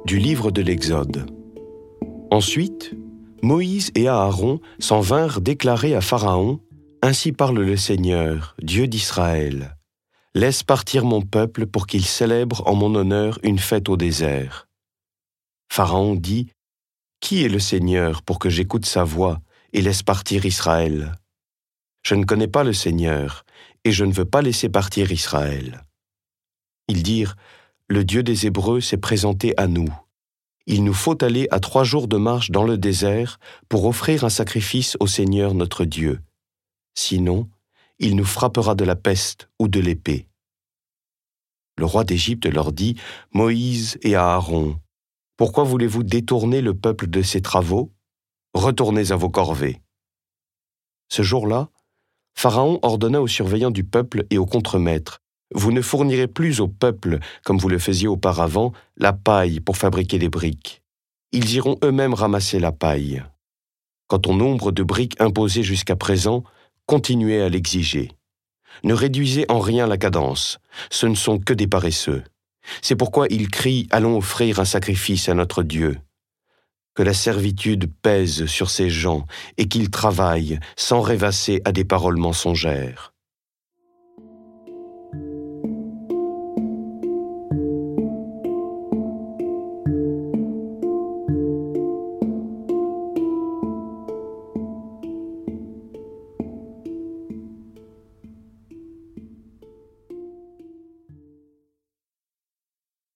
Du livre de l'Exode. Ensuite, Moïse et Aaron s'en vinrent déclarer à Pharaon : « Ainsi parle le Seigneur, Dieu d'Israël. Laisse partir mon peuple pour qu'il célèbre en mon honneur une fête au désert. » Pharaon dit : « Qui est le Seigneur pour que j'écoute sa voix et laisse partir Israël ? Je ne connais pas le Seigneur, et je ne veux pas laisser partir Israël. » Ils dirent : « Le Dieu des Hébreux s'est présenté à nous. Il nous faut aller à 3 jours de marche dans le désert pour offrir un sacrifice au Seigneur notre Dieu. Sinon, il nous frappera de la peste ou de l'épée. » Le roi d'Égypte leur dit : « Moïse et Aaron, pourquoi voulez-vous détourner le peuple de ses travaux ? Retournez à vos corvées. » Ce jour-là, Pharaon ordonna aux surveillants du peuple et aux contremaîtres : « Vous ne fournirez plus au peuple, comme vous le faisiez auparavant, la paille pour fabriquer des briques. Ils iront eux-mêmes ramasser la paille. Quant au nombre de briques imposées jusqu'à présent, continuez à l'exiger. Ne réduisez en rien la cadence, ce ne sont que des paresseux. C'est pourquoi ils crient : allons offrir un sacrifice à notre Dieu. Que la servitude pèse sur ces gens et qu'ils travaillent sans rêvasser à des paroles mensongères. »